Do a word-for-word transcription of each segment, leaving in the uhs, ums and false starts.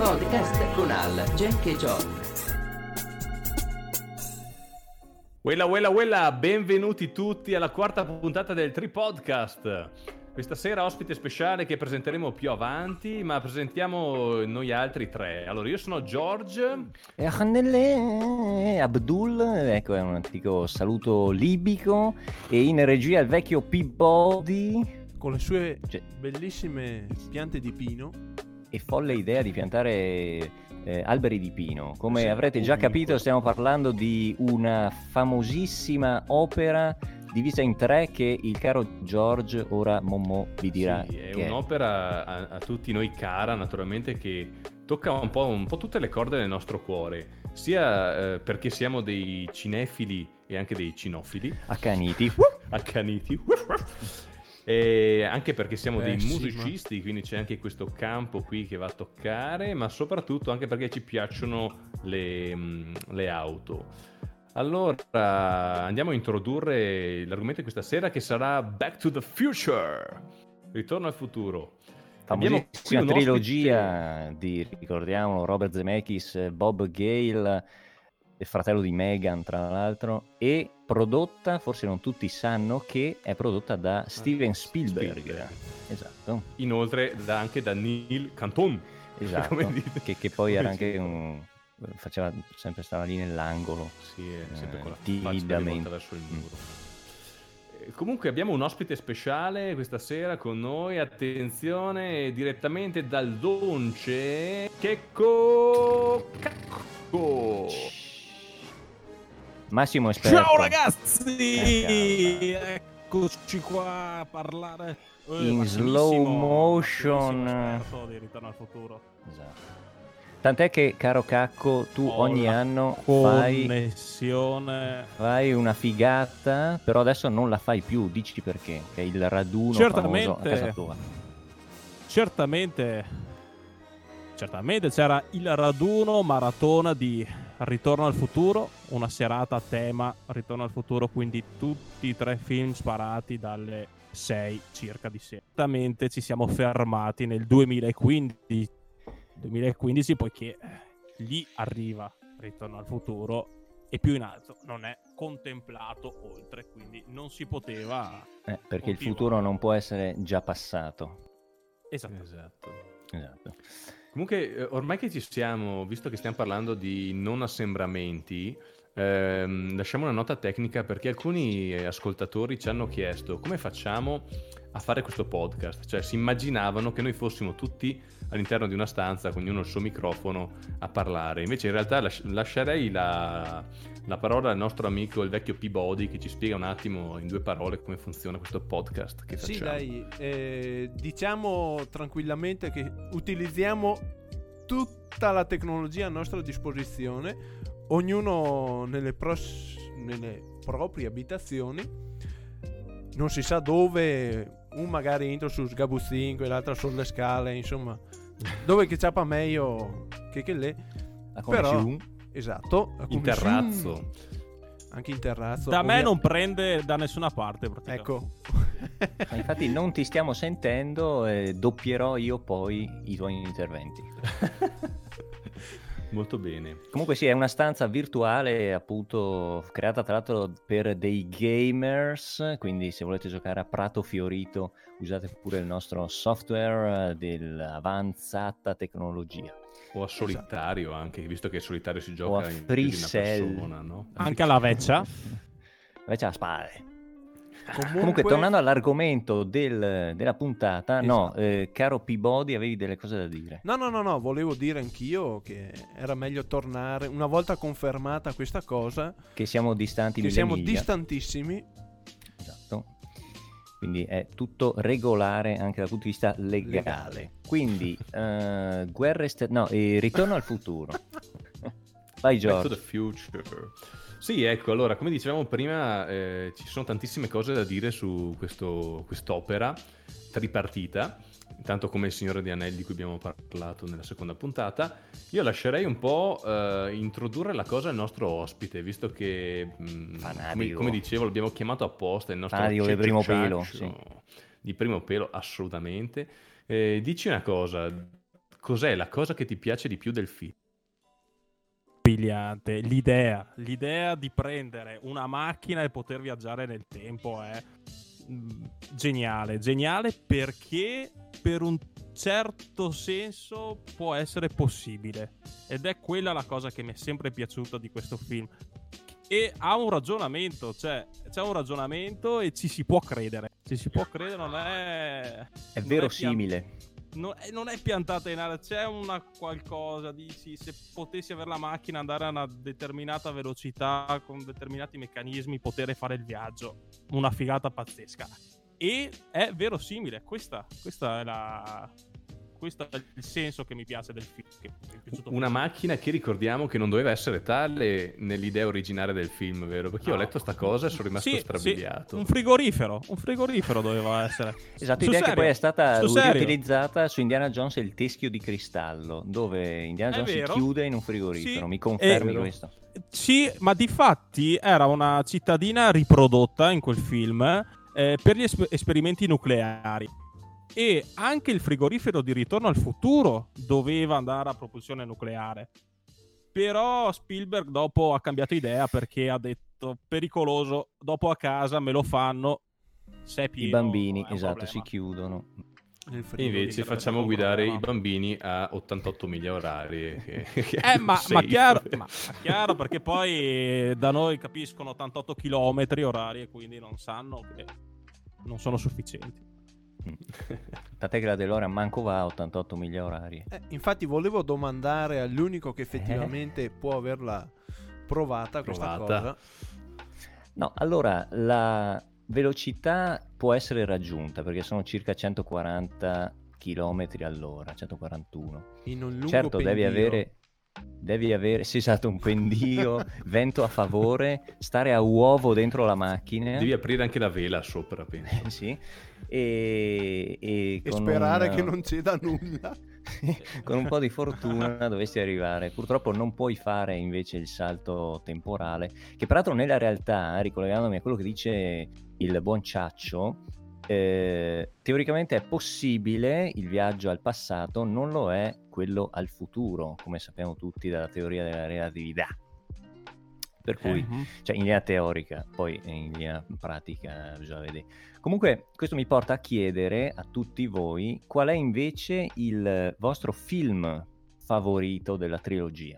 Podcast con Al, Jack e John. Wella, wella, wella, benvenuti tutti alla quarta puntata del Tri Podcast. Questa sera ospite speciale che presenteremo più avanti, ma presentiamo noi altri tre. Allora, io sono George. E Abdul, ecco, è un antico saluto libico. E in regia il vecchio Peabody, con le sue cioè, bellissime piante di pino. E folle idea di piantare eh, alberi di pino. Come sì, avrete già capito, stiamo parlando di una famosissima opera divisa in tre che il caro George ora Mommo vi dirà. Sì, è che un'opera a, a tutti noi cara, naturalmente, che tocca un po', un po' tutte le corde del nostro cuore, sia eh, perché siamo dei cinefili e anche dei cinofili accaniti accaniti e anche perché siamo eh, dei sì, musicisti, ma... quindi c'è anche questo campo qui che va a toccare, ma soprattutto anche perché ci piacciono le, le auto. Allora andiamo a introdurre l'argomento di questa sera, che sarà Back to the Future, Ritorno al futuro. Famosissima trilogia di, ricordiamo, Robert Zemeckis, Bob Gale, il fratello di Megan tra l'altro, e prodotta, forse non tutti sanno, che è prodotta da Steven Spielberg. Spielberg. Esatto. Inoltre da, anche da Neil Canton. Esatto, che, che poi era anche un... faceva sempre, stava lì nell'angolo. Sì, sempre eh, con la faccia rivolta verso il muro. Mm. Comunque abbiamo un ospite speciale questa sera con noi, attenzione, direttamente dal Donce, Checco Cacco. Massimo esperto. Ciao ragazzi, eccoci qua a parlare eh, in slow motion di Ritorno al futuro. Esatto. Tant'è che, caro Cacco, tu Ho ogni anno connessione. fai, fai una figata, però adesso non la fai più. Dici perché? Che è il raduno certamente, famoso a casa tua. Certamente, certamente c'era il raduno maratona di Ritorno al futuro, una serata a tema Ritorno al futuro, quindi tutti e tre film sparati dalle sei circa di sera. Certamente ci siamo fermati nel duemilaquindici. duemilaquindici, poiché lì arriva Ritorno al futuro e più in alto non è contemplato oltre, quindi non si poteva eh, perché il futuro non può essere già passato. Esatto. Esatto. Esatto. Comunque ormai che ci siamo, visto che stiamo parlando di non assembramenti, ehm, lasciamo una nota tecnica, perché alcuni ascoltatori ci hanno chiesto come facciamo a fare questo podcast, cioè si immaginavano che noi fossimo tutti all'interno di una stanza con ognuno il suo microfono a parlare. Invece in realtà las- lascerei la, la parola al nostro amico il vecchio Peabody, che ci spiega un attimo in due parole come funziona questo podcast che facciamo. Sì, dai, eh, diciamo tranquillamente che utilizziamo tutta la tecnologia a nostra disposizione, ognuno nelle, pros- nelle proprie abitazioni, non si sa dove, un magari entro su sgabuzzino e l'altra sulle scale, insomma dove che ciapa meglio che che lei, però esatto, in terrazzo, anche in terrazzo da ovvia... me non prende da nessuna parte ecco. Ma infatti non ti stiamo sentendo, e doppierò io poi i tuoi interventi. Molto bene. Comunque sì, è una stanza virtuale, appunto, creata tra l'altro per dei gamers, quindi se volete giocare a Prato Fiorito usate pure il nostro software dell'avanzata tecnologia. O a solitario, esatto. Anche, visto che solitario si gioca o a in free più di una cell. persona, no? Anche alla vecchia. Vecchia spade. Comunque... Comunque, tornando all'argomento del, della puntata, esatto. no, eh, caro Peabody, avevi delle cose da dire? No, no, no, no, volevo dire anch'io che era meglio tornare, una volta confermata questa cosa, che siamo distanti che mille siamo miglia. distantissimi. Esatto. Quindi è tutto regolare anche dal punto di vista legale. legale. Quindi, uh, guerre ster- no, eh, Ritorno al futuro. Vai, George. Back to the future. Sì, ecco, allora, come dicevamo prima, eh, ci sono tantissime cose da dire su questo, quest'opera tripartita, tanto come Il Signore degli Anelli di cui abbiamo parlato nella seconda puntata. Io lascerei un po' eh, introdurre la cosa al nostro ospite, visto che, mh, come, come dicevo, l'abbiamo chiamato apposta, il nostro Fanario di primo pelo, sì. Di primo pelo, assolutamente. Eh, dici una cosa, cos'è la cosa che ti piace di più del film? Brillante, l'idea, l'idea di prendere una macchina e poter viaggiare nel tempo è mm, geniale, geniale perché per un certo senso può essere possibile, ed è quella la cosa che mi è sempre piaciuta di questo film, e ha un ragionamento, cioè c'è un ragionamento e ci si può credere, ci si può credere, non è È non verosimile. È pian- non, è, non è piantata in aria, c'è una qualcosa di sì, se potessi avere la macchina, andare a una determinata velocità con determinati meccanismi, poter fare il viaggio, una figata pazzesca, e è verosimile. Questa, questa è la questo è il senso che mi piace del film, che mi è piaciuto Una molto. macchina che ricordiamo che non doveva essere tale nell'idea originale del film, vero? Perché io No. ho letto sta cosa e sono rimasto Sì, strabiliato. sì, un frigorifero, un frigorifero doveva essere. Esatto, Sul idea che serio, poi è stata sul serio. riutilizzata su Indiana Jones e il teschio di cristallo, dove Indiana È Jones si vero. chiude in un frigorifero. Sì. Mi confermi E- questo? Sì, ma di fatti era una cittadina riprodotta in quel film eh, per gli es- esperimenti nucleari. E anche il frigorifero di Ritorno al futuro doveva andare a propulsione nucleare. Però Spielberg dopo ha cambiato idea perché ha detto pericoloso, dopo a casa me lo fanno, se è pieno, I bambini, è un esatto, problema. si chiudono. Il E frigo invece diventa facciamo un guidare problema. i bambini a ottantotto miglia orarie. Che, che è Eh, più ma, ma, safe. chiaro, ma, ma chiaro, perché poi da noi capiscono ottantotto chilometri orari e quindi non sanno che non sono sufficienti. Tant'è che la DeLorean manco va a ottantotto miglia orarie. Eh, infatti volevo domandare all'unico che effettivamente Eh? può averla provata questa Provata. cosa. No, allora la velocità può essere raggiunta perché sono circa centoquaranta chilometri all'ora, centoquarantuno. In un lungo Certo, devi pendio. avere, devi avere, sì, esatto, un pendio, vento a favore, stare a uovo dentro la macchina. Devi aprire anche la vela sopra, penso. Sì, e, e E con sperare un- che non ceda nulla. con un po' di fortuna dovresti arrivare. Purtroppo non puoi fare invece il salto temporale, che peraltro nella realtà, ricollegandomi a quello che dice il buon Ciaccio, eh, teoricamente è possibile il viaggio al passato, non lo è quello al futuro, come sappiamo tutti dalla teoria della relatività. Per cui, Mhm. cioè in linea teorica, poi in linea pratica bisogna vedere. Comunque questo mi porta a chiedere a tutti voi qual è invece il vostro film favorito della trilogia.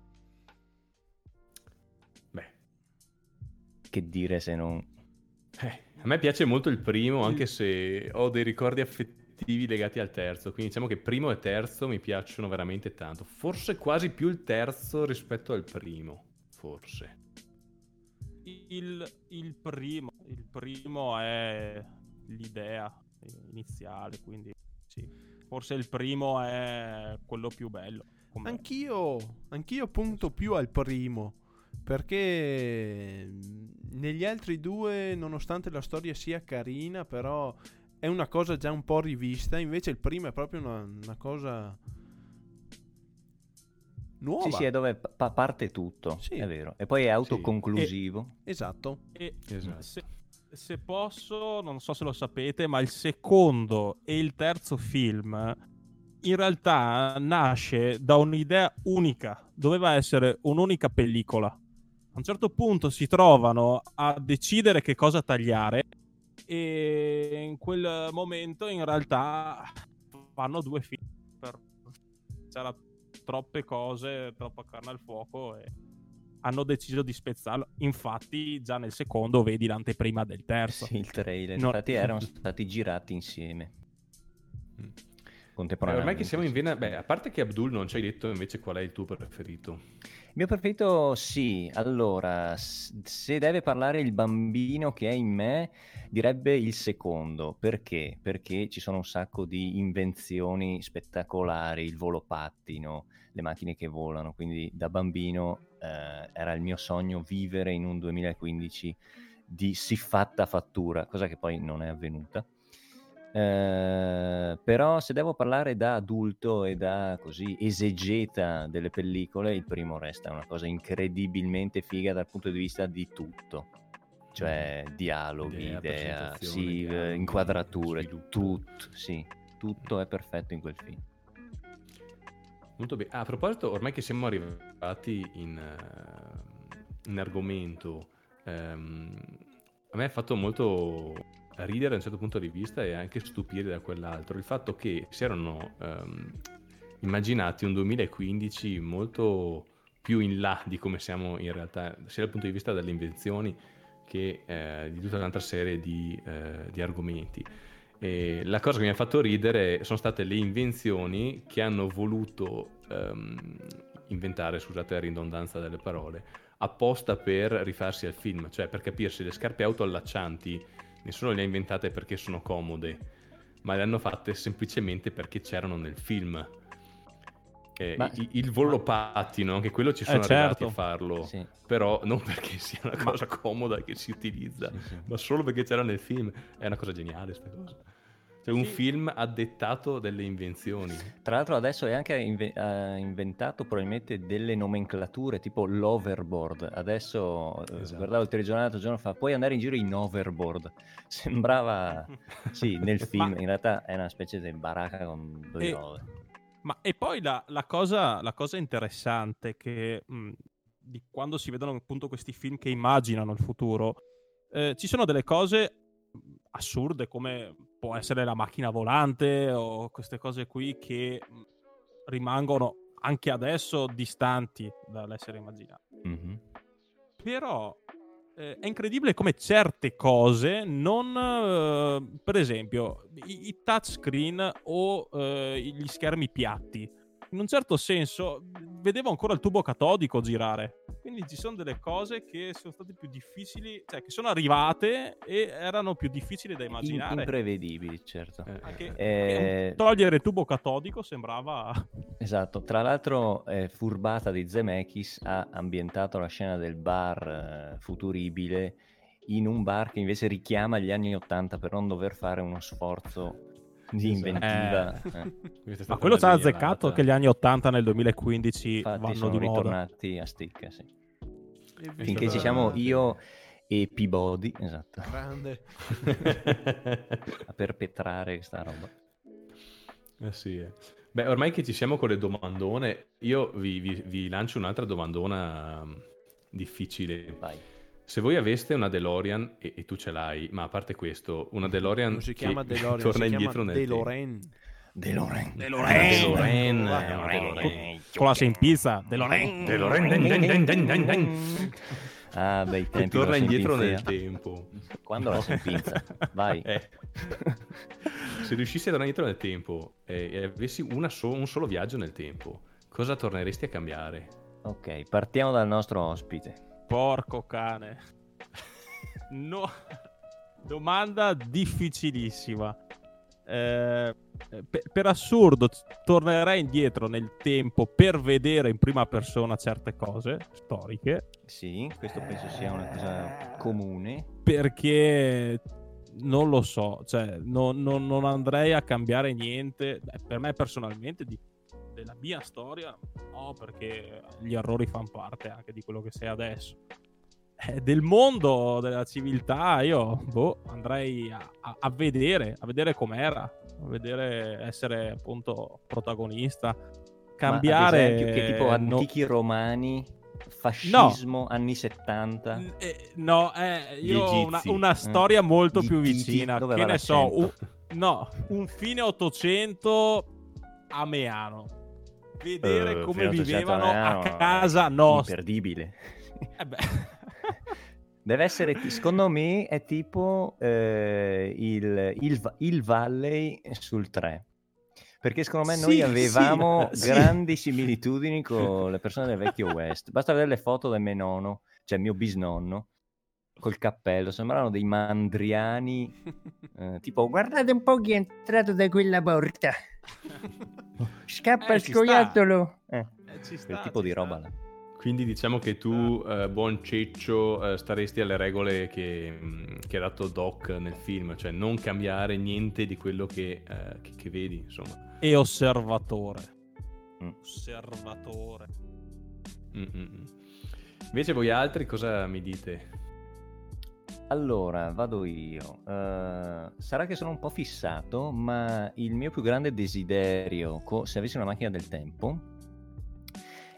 Beh, Che dire se non... eh, a me piace molto il primo, anche se ho dei ricordi affettivi legati al terzo. Quindi diciamo che primo e terzo mi piacciono veramente tanto. Forse quasi più il terzo rispetto al primo. Forse. Il, il primo, il primo è l'idea iniziale, quindi sì, forse il primo è quello più bello. Come- Anch'io, anch'io punto più al primo, perché negli altri due, nonostante la storia sia carina, però è una cosa già un po' rivista. Invece il primo è proprio una, una cosa nuova. Sì, sì, è dove pa- parte tutto, Sì. è vero. E poi è autoconclusivo. Esatto. E Esatto. se, se posso, non so se lo sapete, ma il secondo e il terzo film in realtà nasce da un'idea unica. Doveva essere un'unica pellicola. A un certo punto si trovano a decidere che cosa tagliare e in quel momento in realtà fanno due film. Per... C'era troppe cose, troppa carne al fuoco e hanno deciso di spezzarlo. Infatti già nel secondo vedi l'anteprima del terzo. Sì, il trailer. No. Infatti erano stati girati insieme. Mm. Eh, Contemporaneamente. ormai che siamo in vena, beh, a parte che Abdul non ci hai detto invece qual è il tuo preferito. Il mio preferito, sì. Allora, s- se deve parlare il bambino che è in me, direbbe il secondo. Perché? Perché ci sono un sacco di invenzioni spettacolari, il volopattino, le macchine che volano. Quindi da bambino eh, era il mio sogno vivere in un duemilaquindici di siffatta fattura, cosa che poi non è avvenuta. Eh, però se devo parlare da adulto e da così esegeta delle pellicole, il primo resta una cosa incredibilmente figa dal punto di vista di tutto, cioè dialoghi, Idea, idea, presentazione, sì, eh, dialoghi, inquadrature, sviluppo. tutto, sì, tutto è perfetto in quel film. Molto bene. Ah, a proposito, ormai che siamo arrivati in, uh, in argomento, um, a me ha fatto molto ridere da un certo punto di vista e anche stupire da quell'altro il fatto che si erano um, immaginati un duemilaquindici molto più in là di come siamo in realtà, sia dal punto di vista delle invenzioni che eh, di tutta un'altra serie di, eh, di argomenti. E la cosa che mi ha fatto ridere sono state le invenzioni che hanno voluto um, inventare, scusate la ridondanza delle parole, apposta per rifarsi al film. Cioè, per capirsi, le scarpe autoallaccianti nessuno le ha inventate perché sono comode, ma le hanno fatte semplicemente perché c'erano nel film. Eh, ma, il, il volo ma... pattino, anche quello ci sono eh, arrivati certo. a farlo, sì. Però non perché sia una cosa ma... comoda che si utilizza, sì, sì. ma solo perché c'era nel film. È una cosa geniale sta cosa. Cioè un sì. film adettato delle invenzioni. Tra l'altro adesso è anche inve- ha inventato probabilmente delle nomenclature tipo l'overboard. Adesso esatto. guardavo il telegiornale l'altro giorno fa puoi andare in giro in overboard. Sembrava sì nel film, ma... in realtà è una specie di baracca con due e... ove. Ma e poi la, la, cosa, la cosa interessante che mh, di quando si vedono appunto questi film che immaginano il futuro, eh, ci sono delle cose assurde come può essere la macchina volante o queste cose qui che rimangono anche adesso distanti dall'essere immaginate. Mm-hmm. Però eh, è incredibile come certe cose non eh, per esempio i, i touchscreen o eh, gli schermi piatti in un certo senso vedevo ancora il tubo catodico girare, quindi ci sono delle cose che sono state più difficili, cioè che sono arrivate e erano più difficili da immaginare, imprevedibili, certo. Eh, anche, eh... togliere il tubo catodico sembrava esatto. Tra l'altro eh, furbata di Zemeckis ha ambientato la scena del bar eh, futuribile in un bar che invece richiama gli anni ottanta per non dover fare uno sforzo di inventiva. Eh. Eh. Ma quello ci ha azzeccato che gli anni ottanta nel duemilaquindici infatti vanno sono di moda. Ritornati a sticca, sì. Finché ci siamo io e Peabody, esatto. Grande. A perpetrare questa roba. Eh sì. Eh. Beh, ormai che ci siamo con le domandone, io vi, vi, vi lancio un'altra domandona difficile. Vai. Se voi aveste una DeLorean, e, e tu ce l'hai, ma a parte questo, una DeLorean non si che chiama DeLorean, torna si indietro chiama nel DeLorean. DeLorean. DeLorean. DeLorean. Con la sempizza. DeLorean. DeLorean. Ah, bei tempi. Che torna indietro nel tempo. Quando la sempizza? Vai. Eh. Se riuscissi a tornare indietro nel tempo e, e avessi una so- un solo viaggio nel tempo, cosa torneresti a cambiare? Ok, partiamo dal nostro ospite. Porco cane. No. Domanda difficilissima. Eh, per, per assurdo tornerei indietro nel tempo per vedere in prima persona certe cose storiche. Sì, questo penso sia una cosa comune. Perché non lo so, cioè non, non, non andrei a cambiare niente. Beh, per me personalmente di, della mia storia no, perché gli errori fanno parte anche di quello che sei adesso. Eh, del mondo, della civiltà, io boh, andrei a, a, a vedere, a vedere com'era, a vedere essere appunto protagonista, cambiare. Ma ad esempio, che tipo antichi no... romani, fascismo, no. anni settanta. Eh, no, eh, io ho una, una storia eh. molto Gli più vicina. Che ne so, un, no, un fine Ottocento a Meano. Vedere uh, come vivevano a, a casa nostra. Imperdibile. Eh beh. Deve essere, secondo me, è tipo eh, il, il, il Valley sul tre. Perché secondo me noi sì, avevamo sì, grandi sì. similitudini con le persone del vecchio West. Basta vedere le foto del mio nonno, cioè mio bisnonno, col cappello. Sembravano dei mandriani. Eh, tipo, guardate un po' chi è entrato da quella porta. Scappa eh, il scoiattolo. Eh, eh, ci sta, quel tipo ci di sta. roba là. Quindi diciamo che tu, eh, buon Ceccio, eh, staresti alle regole che, che ha dato Doc nel film, cioè non cambiare niente di quello che, eh, che, che vedi, insomma. E osservatore. Mm. Osservatore. Mm-mm. Invece voi altri cosa mi dite? Allora, vado io. Uh, sarà che sono un po' fissato, ma il mio più grande desiderio, co- se avessi una macchina del tempo,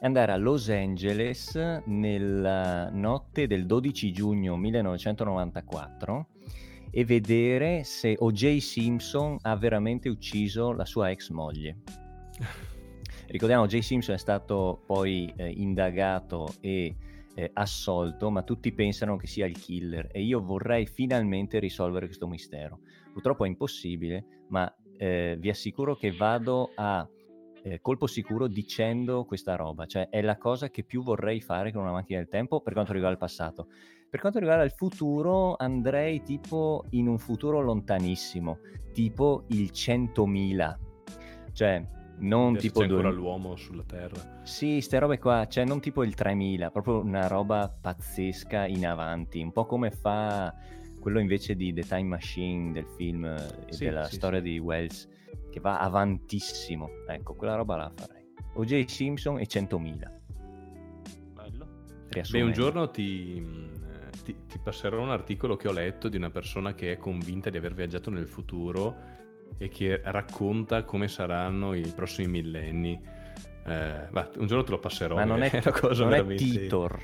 è andare a Los Angeles nella notte del dodici giugno millenovecentonovantaquattro e vedere se O J Simpson ha veramente ucciso la sua ex moglie. Ricordiamo, O J Simpson è stato poi eh, indagato e eh, assolto, ma tutti pensano che sia il killer e io vorrei finalmente risolvere questo mistero. Purtroppo è impossibile, ma eh, vi assicuro che vado a eh, colpo sicuro dicendo questa roba, cioè è la cosa che più vorrei fare con una macchina del tempo per quanto riguarda il passato. Per quanto riguarda il futuro, andrei tipo in un futuro lontanissimo, tipo il centomila, cioè non Adesso tipo c'è ancora due... l'uomo sulla Terra. Sì, ste robe qua, cioè non tipo il tremila, proprio una roba pazzesca in avanti, un po' come fa quello invece di The Time Machine del film e Sì, della sì, storia sì. di Wells, che va avantissimo. Ecco, quella roba la farei. O J Simpson e centomila. Bello. Beh, Riassumendo. un giorno ti, ti, ti passerò un articolo che ho letto di una persona che è convinta di aver viaggiato nel futuro e che racconta come saranno i prossimi millenni. Eh, ma un giorno te lo passerò. Ma non è, una cosa non veramente... è Titor.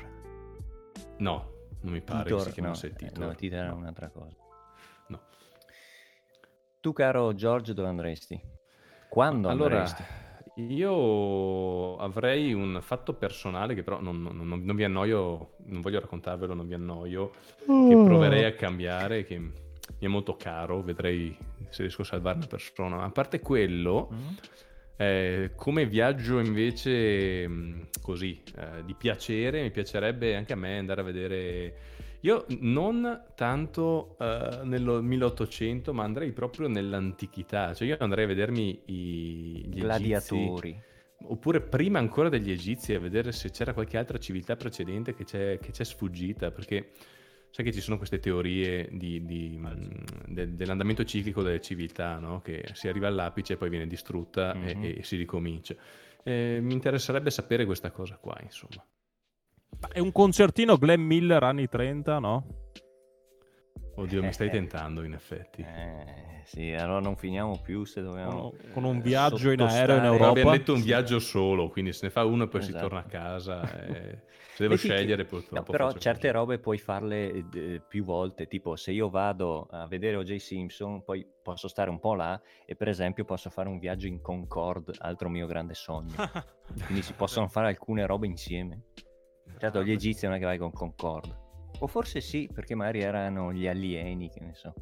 No, non mi pare Titor, che si no, chiamasse eh, Titor. no, Titor era No. un'altra cosa. No. Tu, caro George, dove andresti? Quando Allora, andresti? io avrei un fatto personale che però non, non- non- non vi annoio, non voglio raccontarvelo, non vi annoio, che proverei a cambiare, che mi è molto caro, vedrei se riesco a salvare una persona. Ma a parte quello, Mm? eh, come viaggio invece mh, così, eh, di piacere, mi piacerebbe anche a me andare a vedere... Io non tanto eh, nel milleottocento, ma andrei proprio nell'antichità. Cioè io andrei a vedermi i, gli egizi, Gladiatori. oppure prima ancora degli egizi, a vedere se c'era qualche altra civiltà precedente che c'è, che c'è sfuggita, perché sai che ci sono queste teorie di, di, mh, de- dell'andamento ciclico delle civiltà, no? Che si arriva all'apice e poi viene distrutta e- Mhm. e, si ricomincia. Eh, mi interesserebbe sapere questa cosa qua, insomma. Ma è un concertino Glenn Miller anni trenta, no? Oddio, mi stai tentando in effetti. Eh, sì, allora non finiamo più se dobbiamo... Con, con un viaggio in sottostare- aereo in Però Però Europa. abbiamo detto un viaggio solo, quindi se ne fa uno e poi si Esatto. torna a casa. e- Se devo Metti che- scegliere, no, purtroppo. però faccio certe così. robe puoi farle eh, più volte, tipo se io vado a vedere O J Simpson, poi posso stare un po' là e per esempio posso fare un viaggio in Concorde, altro mio grande sogno. Quindi si possono fare alcune robe insieme. Certo, gli egizi non è che vai con Concorde. O forse sì, perché magari erano gli alieni, che ne so.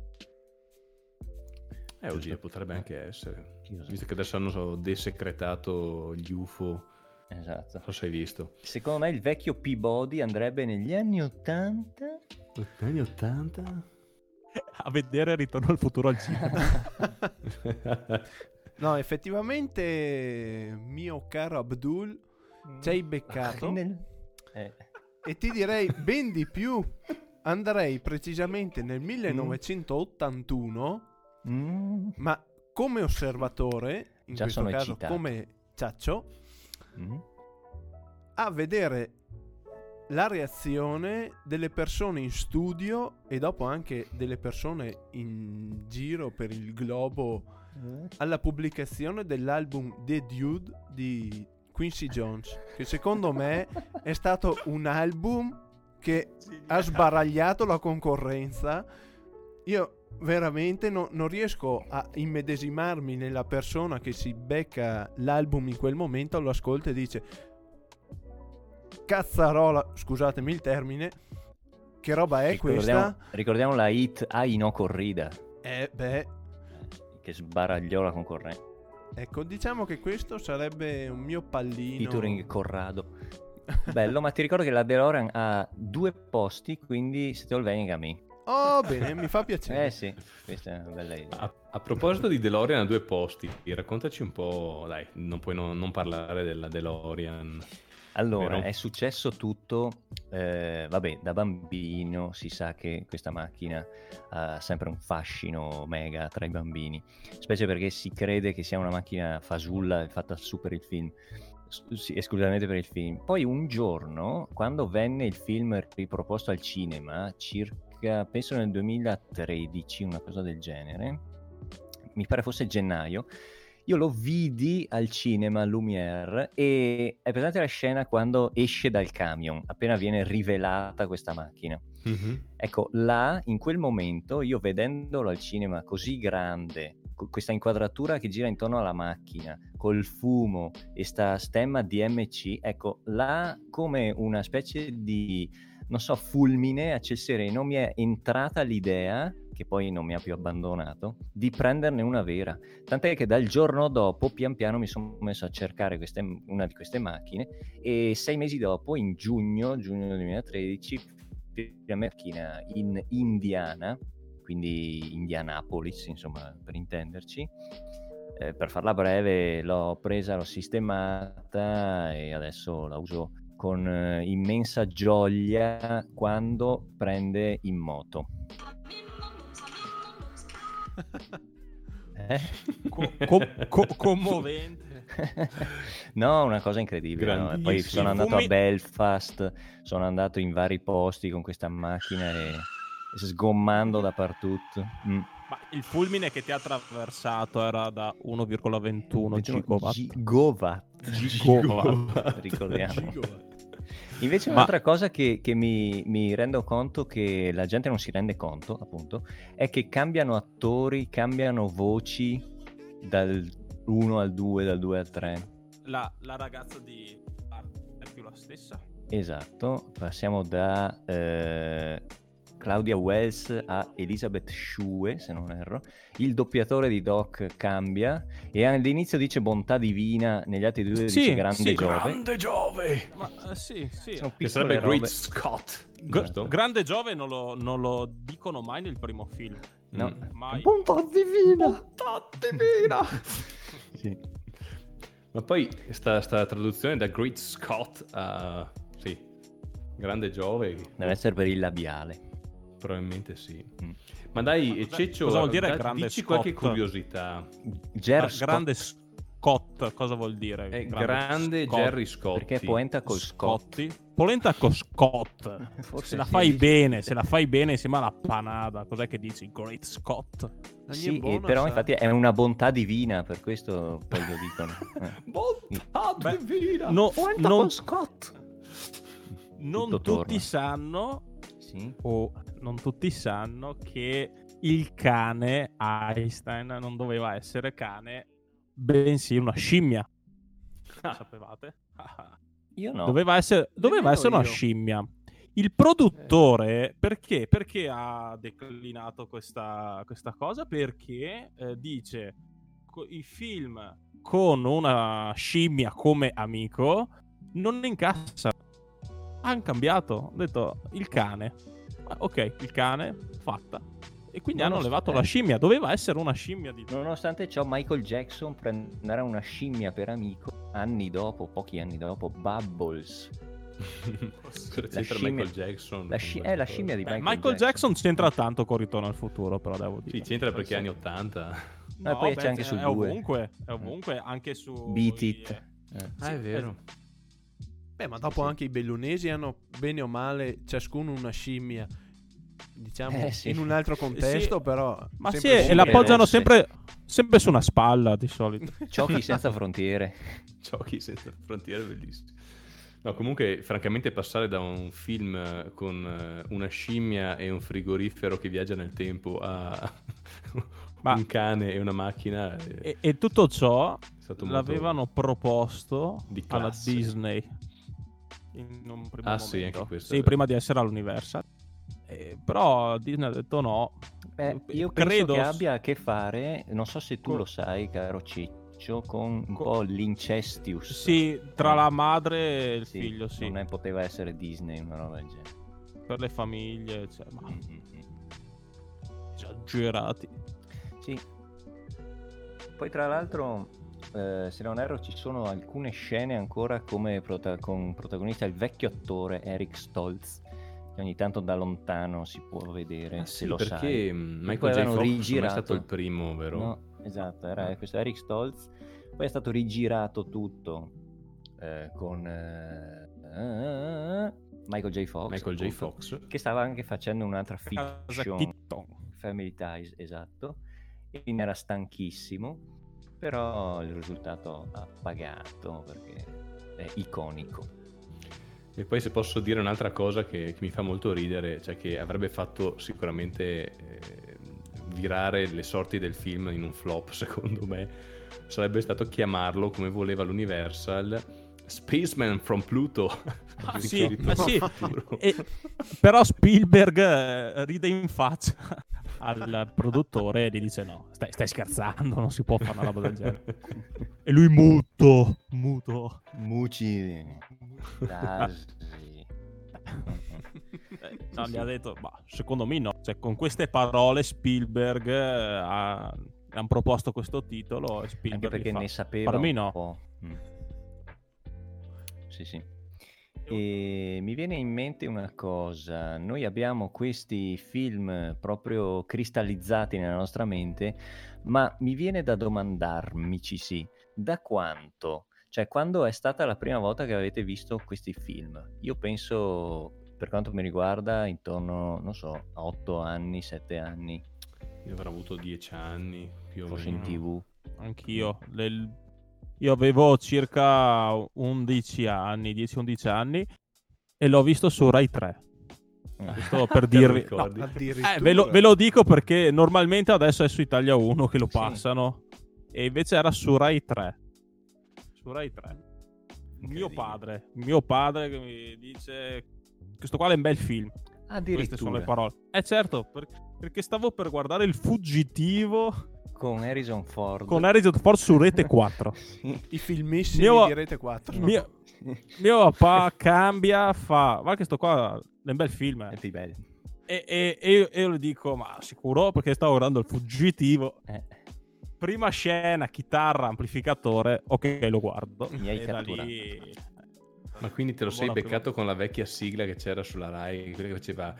Eh, oddio, Giusto. potrebbe anche essere. Chi lo sa. Visto che adesso hanno desecretato gli U F O, Esatto. non so se hai visto. Secondo me il vecchio Peabody andrebbe negli anni ottanta. Negli anni ottanta? A vedere Ritorno al futuro al cinema. No, effettivamente, mio caro Abdul, ci hai beccato. Nel- eh. E ti direi ben di più. Andrei precisamente nel millenovecentottantuno, Mm. ma come osservatore, in Già questo sono caso eccitato. come Ciaccio, Mm. a vedere la reazione delle persone in studio e dopo anche delle persone in giro per il globo alla pubblicazione dell'album The Dude di Quincy Jones, che secondo me è stato un album che ha sbaragliato la concorrenza. Io veramente no- non riesco a immedesimarmi nella persona che si becca l'album in quel momento, lo ascolta e dice: cazzarola, scusatemi il termine, che roba è Ricordiamo, questa? ricordiamo la hit Ai no corrida, Eh beh, che sbaragliò la concorrenza. ecco, diciamo che questo sarebbe un mio pallino. Featuring Corrado. Bello, ma ti ricordo che la DeLorean ha due posti, quindi se te lo venga a me. Oh, bene, mi fa piacere. Eh sì, questa è una bella idea. A, a proposito di DeLorean a due posti, raccontaci un po', dai, non puoi non, non parlare della DeLorean. Allora, vero? è successo tutto, eh, vabbè, da bambino si sa che questa macchina ha sempre un fascino mega tra i bambini, specie perché si crede che sia una macchina fasulla fatta su per il film, s- sì, esclusivamente per il film. Poi un giorno, quando venne il film riproposto al cinema, circa, penso nel duemilatredici, una cosa del genere, mi pare fosse gennaio, io lo vidi al cinema Lumière e è presente la scena quando esce dal camion, appena viene rivelata questa macchina. Mm-hmm. Ecco, là, in quel momento, io vedendolo al cinema così grande, con questa inquadratura che gira intorno alla macchina, col fumo e sta stemma D M C, ecco, là come una specie di, non so, fulmine a ciel sereno mi è entrata l'idea, che poi non mi ha più abbandonato, di prenderne una vera. Tant'è che dal giorno dopo, pian piano, mi sono messo a cercare queste, una di queste macchine e sei mesi dopo, in giugno, giugno duemilatredici, la macchina in Indiana, quindi Indianapolis, insomma, per intenderci. Eh, per farla breve, l'ho presa, l'ho sistemata e adesso la uso con eh, immensa gioia quando prende in moto. Eh? Co- co- co- commovente. No, una cosa incredibile, no? E poi sono andato a Belfast, sono andato in vari posti con questa macchina e, e sgommando dappertutto. Mm. Ma il fulmine che ti ha attraversato era da uno virgola ventuno gigawatt. Gigawatt. Gigawatt. Ricordiamo. Gigawatt. Invece Ma- un'altra cosa che, che mi, mi rendo conto che la gente non si rende conto, appunto, è che cambiano attori, cambiano voci dal uno al due, dal due al tre. La, la ragazza di Art è più la stessa? Esatto, passiamo da eh, Claudia Wells a Elizabeth Shue, se non erro. Il doppiatore di Doc cambia e all'inizio dice bontà divina, negli altri due Sì, dice grande sì. Giove. Grande Giove! Ma eh, sì, sì. Sono Che piccole sarebbe robe. Great Scott. G- giusto? Grande Giove non lo, non lo dicono mai nel primo film. No. Mm. Mai. Bontà divina! Bontà divina! Sì. Ma poi sta, sta traduzione da Great Scott a... sì, Grande Giove, Deve essere per il labiale. probabilmente sì. Mm. Ma dai, Ma cosa- Ceccio, cosa vuol dire da- Grande dici Scott? qualche curiosità. Ger Gra- Scott, grande Scott, cosa vuol dire? È grande Scott. Jerry Scotti. perché è poenta col Scott. Scotti? Polenta con Scott. Forse Se la sì. fai bene, se la fai bene insieme alla panada, cos'è che dici? Great Scott. Ogni Sì, è buono, e però sa. infatti è una bontà divina, per questo poi lo dicono. Eh. Bontà Beh, divina! no- Poenta non, con Scott. non Tutto tutti torna. sanno, Sì. o non tutti sanno che il cane Einstein non doveva essere cane, bensì una scimmia. Sapevate? Io no. Doveva essere, doveva Nemmeno essere una io. scimmia. Il produttore, perché? Perché ha declinato questa, questa cosa? Perché eh, dice co- i film con una scimmia come amico non incassa. Hanno cambiato, hanno detto il cane. Ah, ok, il cane, fatta. E quindi hanno Nonostante- levato la scimmia. Doveva essere una scimmia di... Nonostante ciò, Michael Jackson prenderà una scimmia per amico anni dopo, pochi anni dopo, Bubbles. Cosa La c'entra scimmia- Michael Jackson? La con sci- questa è la cosa? scimmia di Beh, Michael, Michael Jackson c'entra tanto con Ritorno al futuro, però devo dire. Sì, c'entra perché è anni ottanta. No, e poi c'è beh, anche su è due. ovunque, è ovunque, anche su... Beat i- It. Eh. Ah, è vero. Beh, ma dopo anche i bellunesi hanno bene o male ciascuno una scimmia. Diciamo Eh, sì. in un altro contesto, Sì. però. Ma sì, sempre e scimmie l'appoggiano rosse. sempre, sempre su una spalla di solito. Giochi senza frontiere. Giochi senza frontiere, bellissimo. No, comunque, francamente, passare da un film eh, con eh, una scimmia e un frigorifero che viaggia nel tempo a Ma- un cane e una macchina è, E, e tutto ciò è stato molto... l'avevano proposto di alla classe. Disney in un primo Ah, sì, momento. anche questo Sì, è prima di essere all'Universal. Eh, però Disney ha detto no. Beh, io penso credo che abbia a che fare, non so se tu Co- lo sai, caro Ciccio, con un Co- po' l'incestius. Sì, tra Eh. la madre e il Sì, figlio, sì. Non è, poteva essere Disney, una roba del genere. Per le famiglie, cioè, ma Mm, mm, mm. esagerati. Sì. Poi tra l'altro, eh, se non erro, ci sono alcune scene ancora come prota- con protagonista il vecchio attore Eric Stoltz, che ogni tanto da lontano si può vedere, Ah, se sì, lo perché sai. mm, Poi Michael J. avevano Fox non è rigirato- stato il primo, vero? No, esatto, era questo Eric Stoltz. Poi è stato rigirato tutto eh, con eh, eh, Michael J. Fox, Michael J. appunto, Fox. che stava anche facendo un'altra Casa fiction, Keaton. Family Ties, esatto, e quindi era stanchissimo. Però il risultato ha pagato perché è iconico. E poi se posso dire un'altra cosa che, che mi fa molto ridere, cioè che avrebbe fatto sicuramente eh, virare le sorti del film in un flop, secondo me, sarebbe stato chiamarlo, come voleva l'Universal, Spaceman from Pluto. Ah, sì, eh, sì. E, però Spielberg eh, ride in faccia al produttore e gli dice no, stai, stai scherzando, non si può fare una roba del genere. E lui muto, muto. Muci. Dasi. Eh, no, gli ha detto, ma secondo me no. Cioè, con queste parole Spielberg eh, ha, hanno proposto questo titolo e Spielberg Anche perché fa, ne sapeva per me un no. po'. Mm. Sì, sì. E mi viene in mente una cosa, noi abbiamo questi film proprio cristallizzati nella nostra mente, ma mi viene da domandarmici sì, da quanto? Cioè, quando è stata la prima volta che avete visto questi film? Io penso, per quanto mi riguarda, intorno, non so, a otto anni, sette anni. Io avrò avuto dieci anni, più o Forse meno. in tivù. Anch'io. Del... Io avevo circa undici anni, dieci undici anni, e l'ho visto su Rai tre. Questo per dirvi... No, Addirittura. eh, ve, lo, ve lo dico perché normalmente adesso è su Italia uno che lo Sì. passano, e invece era su Rai tre. Su Rai tre. Mio Incredibile. padre, mio padre che mi dice questo qua è un bel film. Queste sono le Addirittura parole. Eh certo, per- perché stavo per guardare Il Fuggitivo con Harrison Ford. con Harrison Ford su Rete quattro. Sì. I filmissimi Mio- di Rete quattro. Mio, mio papà cambia, fa, ma che sto qua è un bel film. eh." È più bello. E, e, e io, e io le dico, ma sicuro? Perché stavo guardando Il Fuggitivo. Eh, Prima scena, chitarra, amplificatore, ok, lo guardo. Mi hai E da catturato. lì... Ma quindi te lo sei Buona beccato con la vecchia sigla che c'era sulla Rai, quella che faceva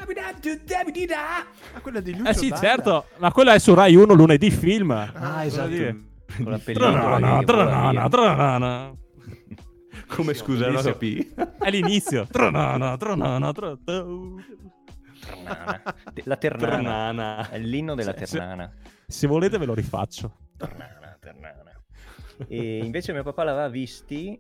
Ah, quella di Lucio Eh sì, Dalla. certo, ma quella è su Rai uno lunedì film. Ah, esatto. Dire. con la pellicola Tranana, che vola tranana, via. tranana. come scusa la capì? È l'inizio. Tranana, tranana, tra- Ternana. La Ternana. Ternana. È l'inno della Se- se- Ternana. Se volete ve lo rifaccio. Ternana, Ternana. E invece mio papà l'aveva visti,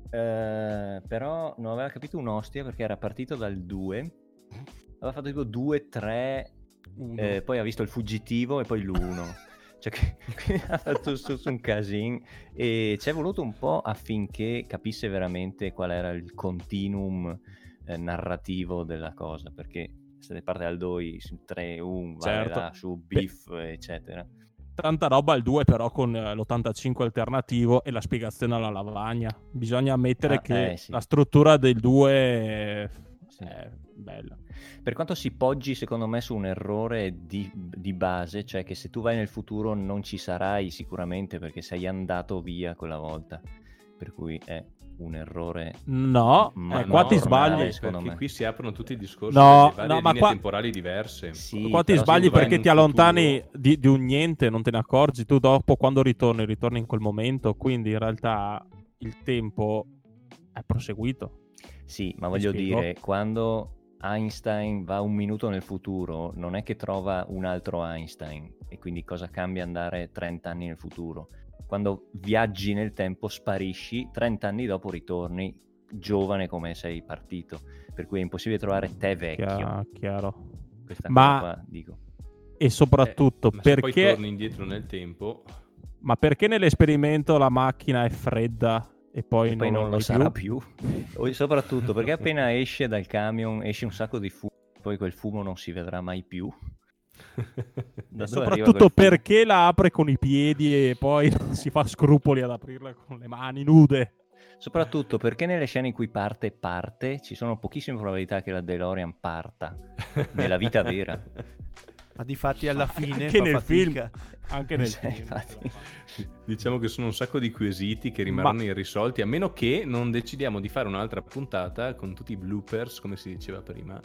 eh, però non aveva capito un'ostia perché era partito dal due. Aveva fatto tipo due, tre, eh, poi ha visto Il Fuggitivo e poi l'uno. Cioè che ha fatto su, su un casino e ci è voluto un po' affinché capisse veramente qual era il continuum eh, narrativo della cosa, perché se ne parte dal due su tre, uno, vai Certo. là, su Biff, eccetera. Tanta roba al due però con eh, l'ottantacinque alternativo e la spiegazione alla lavagna. Bisogna ammettere Ah, che eh, sì. la struttura del due è, Sì. è bella. Per quanto si poggi secondo me su un errore di, di base, cioè che se tu vai nel futuro non ci sarai sicuramente perché sei andato via quella volta, per cui è un errore. No, Ma eh, qua no, ti ormai sbagli. secondo Perché me. qui si aprono tutti i discorsi No, delle varie no, ma linee qua- temporali diverse. Sì, Qua ti però sbagli se tu vai perché in ti un allontani futuro- di, di un niente, non te ne accorgi. Tu dopo quando ritorni, ritorni in quel momento, quindi in realtà il tempo è proseguito. Sì, ma voglio spiego? dire, quando Einstein va un minuto nel futuro, non è che trova un altro Einstein e quindi cosa cambia andare trenta anni nel futuro? Quando viaggi nel tempo sparisci, trenta anni dopo ritorni giovane come sei partito, per cui è impossibile trovare te vecchio. Chia- chiaro. Questa Ma- cosa qua, dico. E soprattutto Eh, ma se poi perché, torni indietro nel tempo, ma perché nell'esperimento la macchina è fredda e poi, E poi non, lo lo è sarà più. O soprattutto perché appena esce dal camion esce un sacco di fumo, poi quel fumo non si vedrà mai più. Da dove arriva Soprattutto quel fumo? perché la apre con i piedi e poi si fa scrupoli ad aprirla con le mani nude. Soprattutto perché nelle scene in cui parte parte ci sono pochissime probabilità che la DeLorean parta nella vita vera. Ma difatti alla fine Anche fa nel fatica. Anche nel Sì, film. infatti. diciamo che sono un sacco di quesiti che rimarranno irrisolti, a meno che non decidiamo di fare un'altra puntata con tutti i bloopers, come si diceva prima.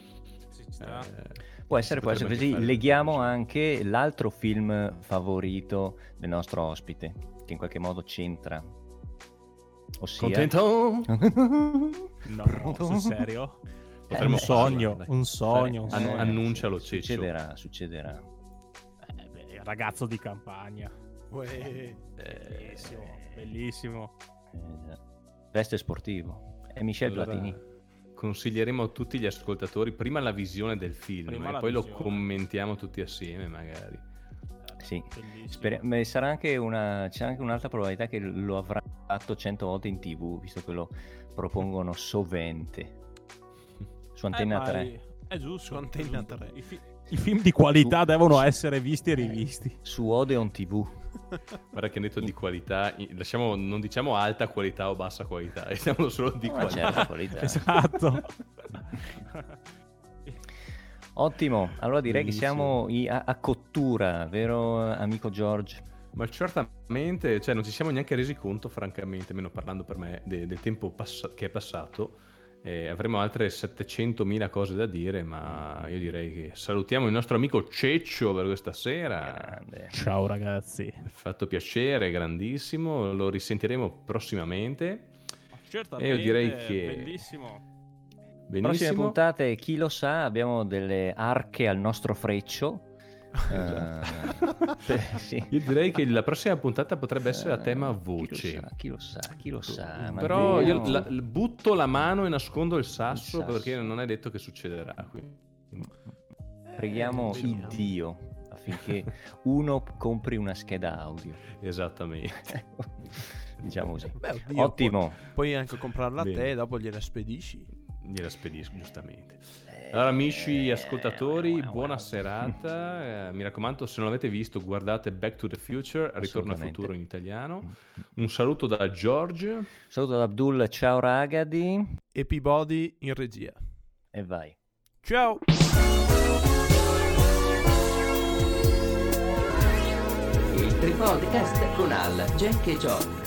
Eh, Può essere, può si essere potrebbe così. fare- Leghiamo anche l'altro film favorito del nostro ospite, che in qualche modo c'entra. Ossia... Contento? No, sul serio? Potremmo un sogno, farlo, dai. un sogno, un Eh, An- sogno. annuncialo, Ceccio. Succederà, succederà. Eh, beh, ragazzo di campagna. Uè. Bellissimo, bellissimo. Eh, veste sportivo. È Michel Allora, Platini. consiglieremo a tutti gli ascoltatori prima la visione del film Prima e la poi lo visione. commentiamo tutti assieme magari. Sì. Bellissimo. Speri- beh, sarà anche una, c'è anche un'altra probabilità che lo avrà fatto cento volte in tv, visto che lo propongono sovente su Antenna Eh, ma tre, È, è giusto. Su Antenna è giusto. tre. I, fi- i film di qualità Su- devono essere visti e rivisti. su Odeon tivù. Guarda che detto di qualità, i- lasciamo, non diciamo alta qualità o bassa qualità, diciamo solo di Una qualità. certa qualità. Esatto. Ottimo, allora direi Bellissimo. che siamo i- a, a cottura, vero amico George? Ma certamente, cioè non ci siamo neanche resi conto, francamente, almeno parlando per me, de- del tempo passa- che è passato. Eh, avremo altre settecentomila cose da dire, ma io direi che salutiamo il nostro amico Ceccio per questa sera. Grande. Ciao ragazzi. Mi ha fatto piacere, grandissimo, lo risentiremo prossimamente. Certamente, E io direi che- bellissimo. Prossime Benissimo. puntate, chi lo sa, abbiamo delle arche al nostro freccio. Eh, sì. Io direi che la prossima puntata potrebbe essere a tema Eh, voce. Chi lo sa, chi lo sa, chi lo sa. ma Però io vediamo. la- l- butto la mano e nascondo il sasso, Il sasso. perché non è detto che succederà. Quindi. Preghiamo Eh, il vediamo. Dio affinché uno compri una scheda audio. Esattamente. Diciamo così. Beh, oddio, Ottimo. Puoi, puoi anche comprarla a Bene. te e dopo gliela spedisci. Gliela spedisco, giustamente. Allora, amici ascoltatori, buona serata. Eh, mi raccomando, se non l'avete visto, guardate Back to the Future, Ritorno al Assolutamente. futuro in italiano. Un saluto da George. Saluto da Abdul, ciao ragazzi E Peabody in regia. e vai. Ciao! Il Tripodcast con Al, Jack e John.